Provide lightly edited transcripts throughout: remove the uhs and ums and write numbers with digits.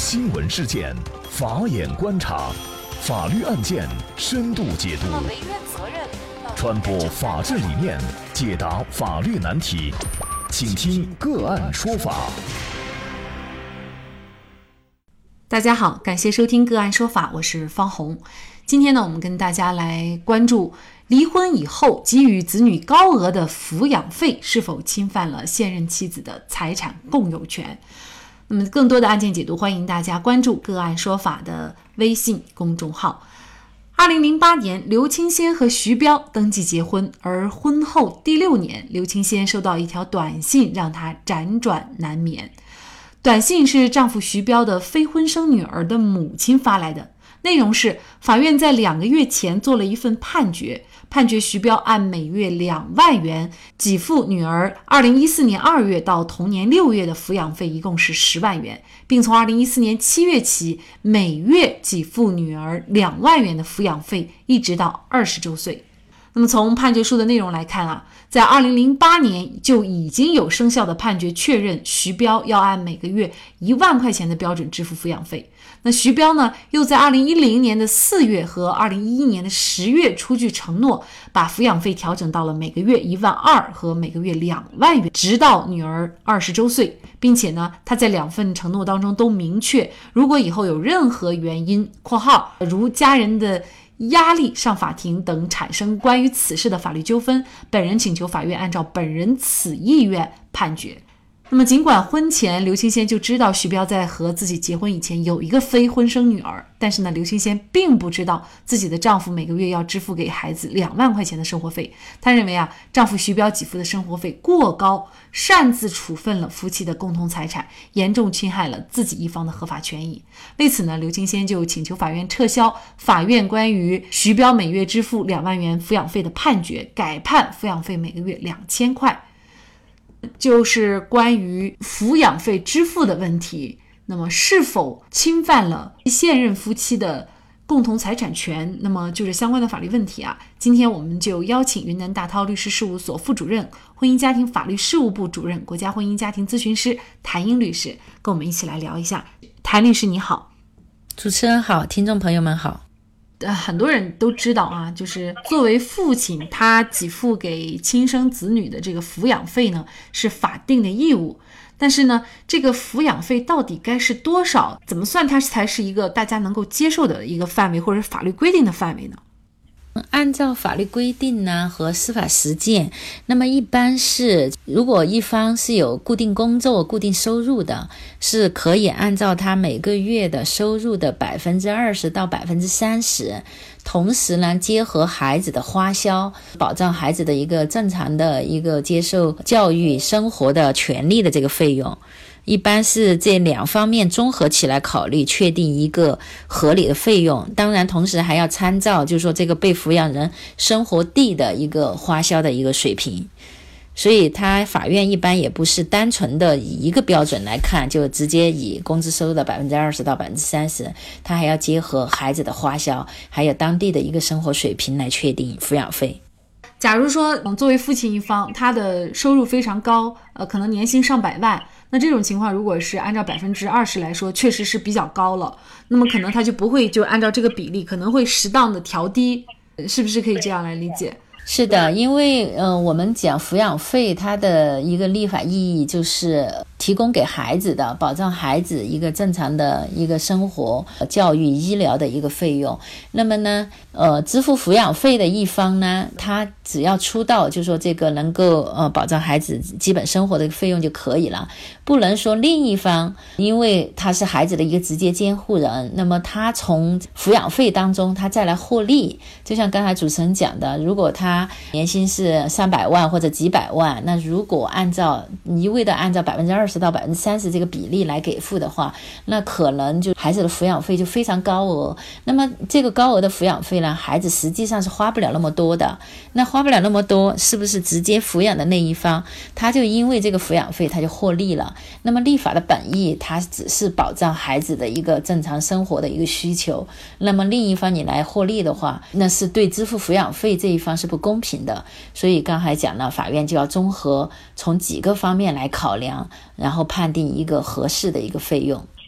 新闻事件，法眼观察，法律案件深度解读，传播法治理念，解答法律难题，请听个案说法。 大家好，感谢收听个案说法，我是方红。今天呢，我们跟大家来关注离婚以后给予子女高额的抚养费是否侵犯了现任妻子的财产共有权。那么更多的案件解读，欢迎大家关注个案说法的微信公众号。2008年，刘清仙和徐彪登记结婚，而婚后第6年，刘清仙收到一条短信，让她辗转难眠。短信是丈夫徐彪的非婚生女儿的母亲发来的，内容是法院在2个月前做了一份判决，判决徐彪按每月2万元给付女儿2014年2月到同年6月的抚养费，一共是10万元，并从2014年7月起每月给付女儿2万元的抚养费，一直到20周岁。那么从判决书的内容来看啊，在2008年就已经有生效的判决确认徐彪要按每个月1万块钱的标准支付抚养费。那徐彪呢，又在2010年的4月和2011年的10月出具承诺，把抚养费调整到了每个月1万2和每个月2万元，直到女儿20周岁，并且呢，他在2份承诺当中都明确，如果以后有任何原因（括号如家人的压力上法庭等产生关于此事的法律纠纷，本人请求法院按照本人此意愿判决。那么尽管婚前刘清仙就知道徐彪在和自己结婚以前有一个非婚生女儿，但是呢，刘清仙并不知道自己的丈夫每个月要支付给孩子2万块钱的生活费。她认为丈夫徐彪给付的生活费过高，擅自处分了夫妻的共同财产，严重侵害了自己一方的合法权益。为此呢，刘清仙就请求法院撤销法院关于徐彪每月支付2万元抚养费的判决，改判抚养费每个月2000块。就是关于抚养费支付的问题，那么是否侵犯了现任夫妻的共同财产权，那么就是相关的法律问题啊。今天我们就邀请云南大韬律师事务所副主任、婚姻家庭法律事务部主任、国家婚姻家庭咨询师谭英律师跟我们一起来聊一下。谭律师你好。 主持人好，听众朋友们好。 很多人都知道啊，就是作为父亲，他给付给亲生子女的这个抚养费呢是法定的义务，但是呢，这个抚养费到底该是多少，怎么算它才是一个大家能够接受的一个范围，或者法律规定的范围呢？ 按照法律规定呢和司法实践，那么一般是如果一方是有固定工作、固定收入的，是可以按照他每个月的收入的20%到30%，同时呢结合孩子的花销，保障孩子的一个正常的一个接受教育生活的权利的这个费用。一般是这2方面综合起来考虑，确定一个合理的费用。当然同时还要参照就是说这个被抚养人生活地的一个花销的一个水平。所以法院一般也不是单纯的以一个标准来看，就直接以工资收入的20%到30%，他还要结合孩子的花销还有当地的一个生活水平来确定抚养费。 假如说作为父亲一方，他的收入非常高，可能年薪上百万，那这种情况如果是按照20%来说，确实是比较高了，那么可能他就不会就按照这个比例，可能会适当的调低，是不是可以这样来理解？ 是的，因为我们讲抚养费它的一个立法意义就是提供给孩子的，保障孩子一个正常的一个生活、教育、医疗的一个费用。那么呢支付抚养费的一方呢，他只要出到就是说这个能够保障孩子基本生活的费用就可以了，不能说另一方因为他是孩子的一个直接监护人，那么他从抚养费当中他再来获利。就像刚才主持人讲的，如果他年薪是300万或者几百万，那如果一味的按照20%到30%这个比例来给付的话，那可能就孩子的抚养费就非常高额。那么这个高额的抚养费呢，孩子实际上是花不了那么多的。那花不了那么多，是不是直接抚养的那一方他就因为这个抚养费他就获利了？那么立法的本意他只是保障孩子的一个正常生活的一个需求，那么另一方你来获利的话，那是对支付抚养费这一方是不公平的。所以刚才讲了，法院就要综合从几个方面来考量，然后判定一个合适的一个费用。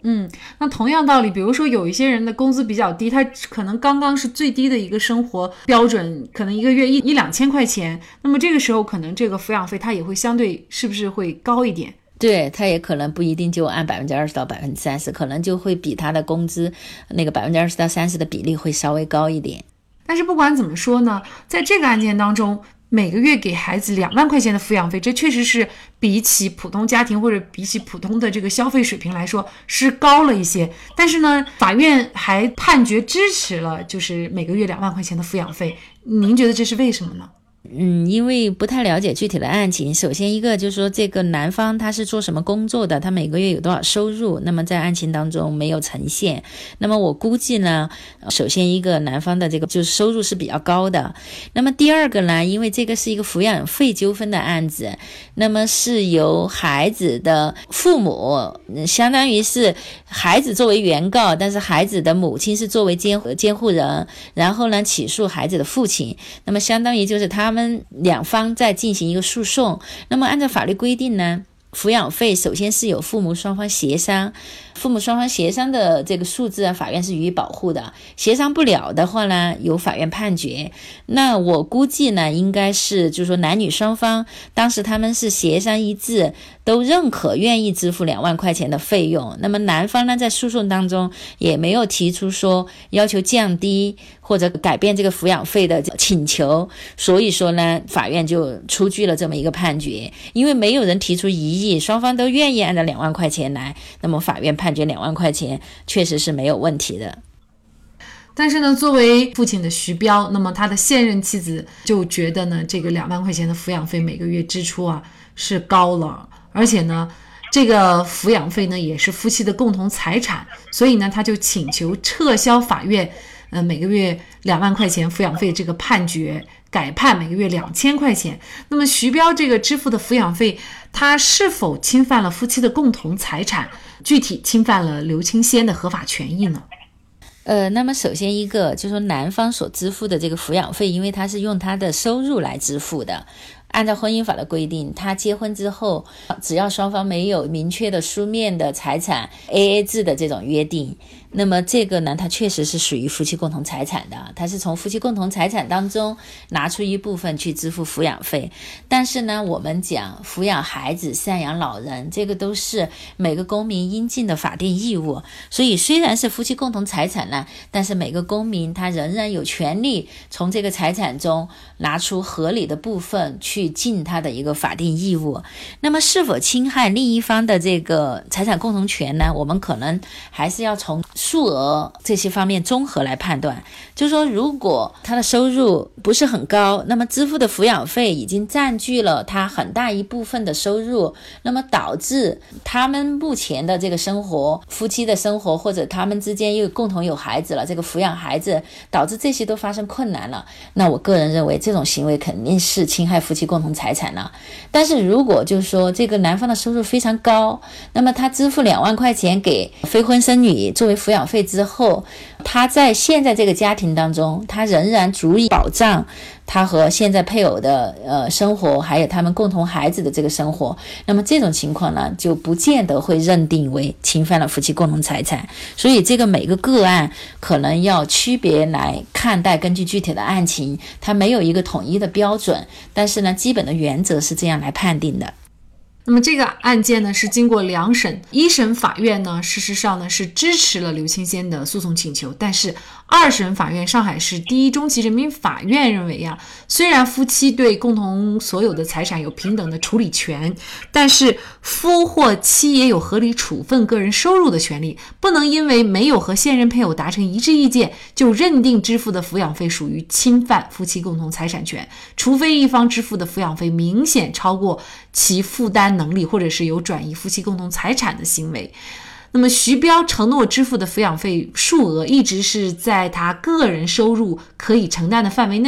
那同样道理，比如说有一些人的工资比较低，他可能刚刚是最低的一个生活标准，可能一个月一两千块钱，那么这个时候可能这个抚养费它也会相对是不是会高一点？ 对，他也可能不一定就按20%到30%，可能就会比他的工资那个20%到30%的比例会稍微高一点。 但是不管怎么说呢，在这个案件当中，每个月给孩子2万块钱的抚养费，这确实是比起普通家庭或者比起普通的这个消费水平来说是高了一些。但是呢，法院还判决支持了就是每个月2万块钱的抚养费，您觉得这是为什么呢？ 因为不太了解具体的案情。首先一个就是说这个男方他是做什么工作的，他每个月有多少收入，那么在案情当中没有呈现。那么我估计呢，首先一个男方的这个就是收入是比较高的。那么第二个呢，因为这个是一个抚养费纠纷的案子，那么是由孩子的父母，相当于是孩子作为原告，但是孩子的母亲是作为监护人，然后呢起诉孩子的父亲，那么相当于就是他们两方在进行一个诉讼。那么按照法律规定呢，抚养费首先是有父母双方协商，父母双方协商的这个数字法院是予以保护的，协商不了的话呢，由法院判决。那我估计呢，应该是就是说男女双方当时他们是协商一致，都认可愿意支付2万块钱的费用。那么男方呢，在诉讼当中也没有提出说要求降低或者改变这个抚养费的请求，所以说呢，法院就出具了这么一个判决。因为没有人提出异议，双方都愿意按照2万块钱来，那么法院判决2万块钱确实是没有问题的。 但是呢，作为父亲的徐彪，那么他的现任妻子就觉得呢，这个2万块钱的抚养费每个月支出是高了，而且呢，这个抚养费呢也是夫妻的共同财产，所以呢，他就请求撤销法院每个月2万块钱抚养费这个判决，改判每个月2000块钱。那么徐彪这个支付的抚养费，他是否侵犯了夫妻的共同财产？具体侵犯了刘清仙的合法权益呢？ 那么首先一个就是说男方所支付的这个抚养费，因为他是用他的收入来支付的。按照婚姻法的规定，他结婚之后，只要双方没有明确的书面的财产 AA 制的这种约定，那么这个呢，它确实是属于夫妻共同财产的，它是从夫妻共同财产当中拿出一部分去支付抚养费。但是呢，我们讲抚养孩子、赡养老人，这个都是每个公民应尽的法定义务。所以虽然是夫妻共同财产呢，但是每个公民他仍然有权利从这个财产中拿出合理的部分去尽他的一个法定义务。那么是否侵害另一方的这个财产共同权呢？我们可能还是要从数额这些方面综合来判断。就是说，如果他的收入不是很高，那么支付的抚养费已经占据了他很大一部分的收入，那么导致他们目前的这个生活，夫妻的生活，或者他们之间又共同有孩子了，这个抚养孩子导致这些都发生困难了，那我个人认为这种行为肯定是侵害夫妻共同财产了。但是如果就是说这个男方的收入非常高，那么他支付2万块钱给非婚生女作为抚养费之后，他在现在这个家庭当中，他仍然足以保障他和现在配偶的生活，还有他们共同孩子的这个生活。那么这种情况呢，就不见得会认定为侵犯了夫妻共同财产。所以这个每个个案可能要区别来看待，根据具体的案情，它没有一个统一的标准，但是呢，基本的原则是这样来判定的。 那么这个案件呢是经过2审，一审法院呢事实上呢是支持了刘清仙的诉讼请求，但是2审法院上海市第一中级人民法院认为虽然夫妻对共同所有的财产有平等的处理权，但是夫或妻也有合理处分个人收入的权利，不能因为没有和现任配偶达成一致意见，就认定支付的抚养费属于侵犯夫妻共同财产权，除非一方支付的抚养费明显超过其负担能力，或者是有转移夫妻共同财产的行为。那么徐彪承诺支付的抚养费数额一直是在他个人收入可以承担的范围内，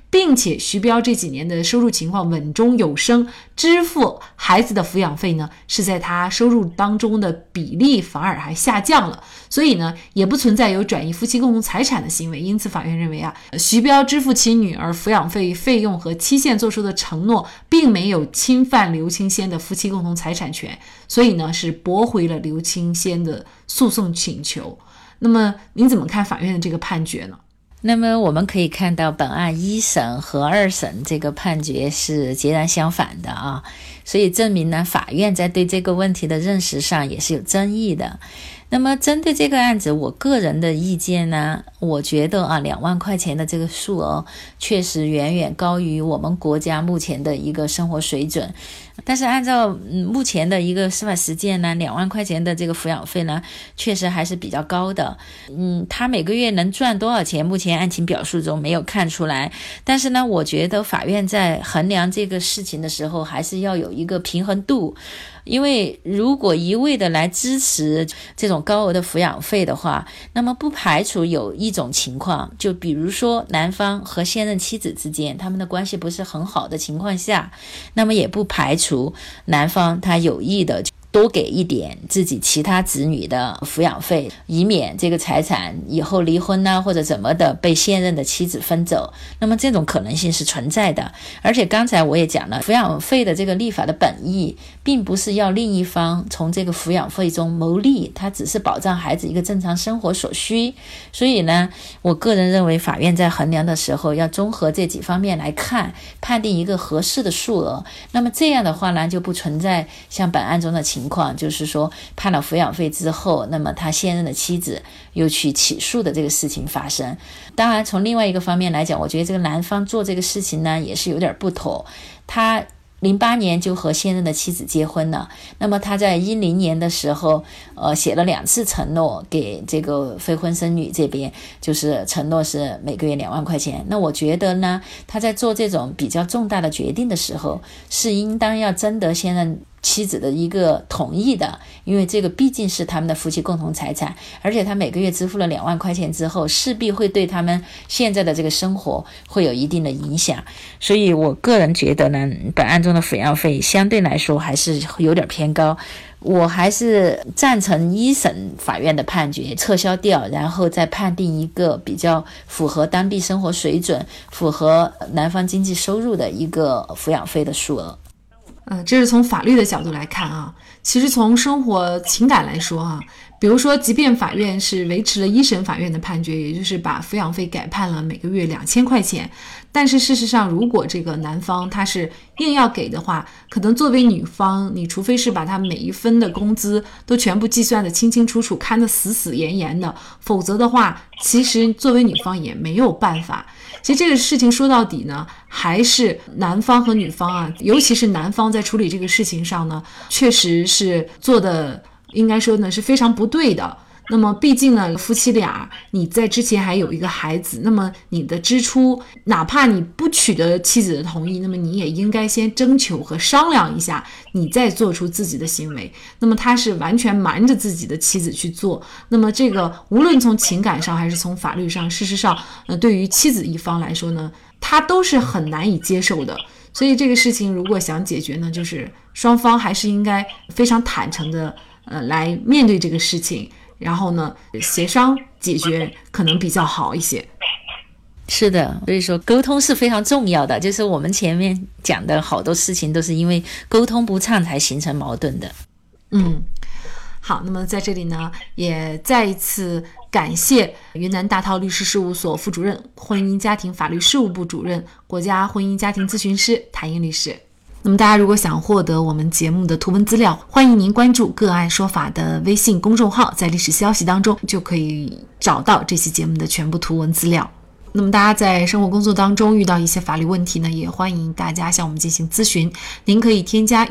并且徐彪这几年的收入情况稳中有升，支付孩子的抚养费呢是在他收入当中的比例反而还下降了，所以呢也不存在有转移夫妻共同财产的行为。因此法院认为徐彪支付其女儿抚养费费用和期限做出的承诺并没有侵犯刘清仙的夫妻共同财产权，所以呢是驳回了刘清仙的诉讼请求。那么您怎么看法院的这个判决呢？ 那么我们可以看到本案一审和二审这个判决是截然相反的啊，所以证明呢法院在对这个问题的认识上也是有争议的。那么针对这个案子，我个人的意见呢，我觉得2万块钱的这个数额确实远远高于我们国家目前的一个生活水准。但是按照目前的一个司法实践呢，2万块钱的这个抚养费呢，确实还是比较高的。他每个月能赚多少钱，目前案情表述中没有看出来。但是呢，我觉得法院在衡量这个事情的时候，还是要有一个平衡度。因为如果一味的来支持这种高额的抚养费的话，那么不排除有一种情况，就比如说男方和现任妻子之间他们的关系不是很好的情况下，那么也不排除男方他有意的多给一点自己其他子女的抚养费，以免这个财产以后离婚或者怎么的被现任的妻子分走，那么这种可能性是存在的。而且刚才我也讲了，抚养费的这个立法的本意并不是要另一方从这个抚养费中牟利，它只是保障孩子一个正常生活所需。所以呢，我个人认为法院在衡量的时候要综合这几方面来看，判定一个合适的数额。那么这样的话呢，就不存在像本案中的情况，就是说判了抚养费之后，那么他现任的妻子又去起诉的这个事情发生。当然从另外一个方面来讲，我觉得这个男方做这个事情呢也是有点不妥。他08年就和现任的妻子结婚了，那么他在10年的时候写了2次承诺给这个非婚生女这边，就是承诺是每个月2万块钱。那我觉得呢，他在做这种比较重大的决定的时候，是应当要征得现任妻子的一个同意的，因为这个毕竟是他们的夫妻共同财产，而且他每个月支付了2万块钱之后，势必会对他们现在的这个生活会有一定的影响。所以我个人觉得呢，本案中的抚养费相对来说还是有点偏高。我还是赞成一审法院的判决撤销掉，然后再判定一个比较符合当地生活水准、符合男方经济收入的一个抚养费的数额。 这是从法律的角度来看啊。其实从生活情感来说啊，比如说即便法院是维持了一审法院的判决，也就是把抚养费改判了每个月2000块钱，但是事实上如果这个男方他是硬要给的话，可能作为女方，你除非是把他每一分的工资都全部计算的清清楚楚，看得死死严严的，否则的话其实作为女方也没有办法。其实这个事情说到底呢，还是男方和女方啊，尤其是男方在处理这个事情上呢，确实是做的应该说呢是非常不对的。那么毕竟呢，夫妻俩你在之前还有一个孩子，那么你的支出哪怕你不取得妻子的同意，那么你也应该先征求和商量一下，你再做出自己的行为。那么他是完全瞒着自己的妻子去做，那么这个无论从情感上还是从法律上，事实上对于妻子一方来说呢，他都是很难以接受的。所以这个事情如果想解决呢，就是双方还是应该非常坦诚的来面对这个事情，然后呢协商解决可能比较好一些。 是的，所以说沟通是非常重要的，就是我们前面讲的好多事情都是因为沟通不畅才形成矛盾的。 好，那么在这里呢，也再一次感谢云南大韬律师事务所副主任、婚姻家庭法律事务部主任、国家婚姻家庭咨询师谭英律师。那么大家如果想获得我们节目的图文资料，欢迎您关注个案说法的微信公众号，在历史消息当中就可以找到这期节目的全部图文资料。那么大家在生活工作当中遇到一些法律问题呢，也欢迎大家向我们进行咨询。您可以添加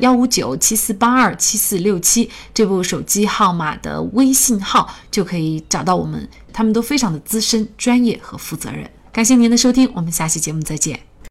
15974827467这部手机号码的微信号，就可以找到我们，他们都非常的资深、专业和负责任。感谢您的收听，我们下期节目再见。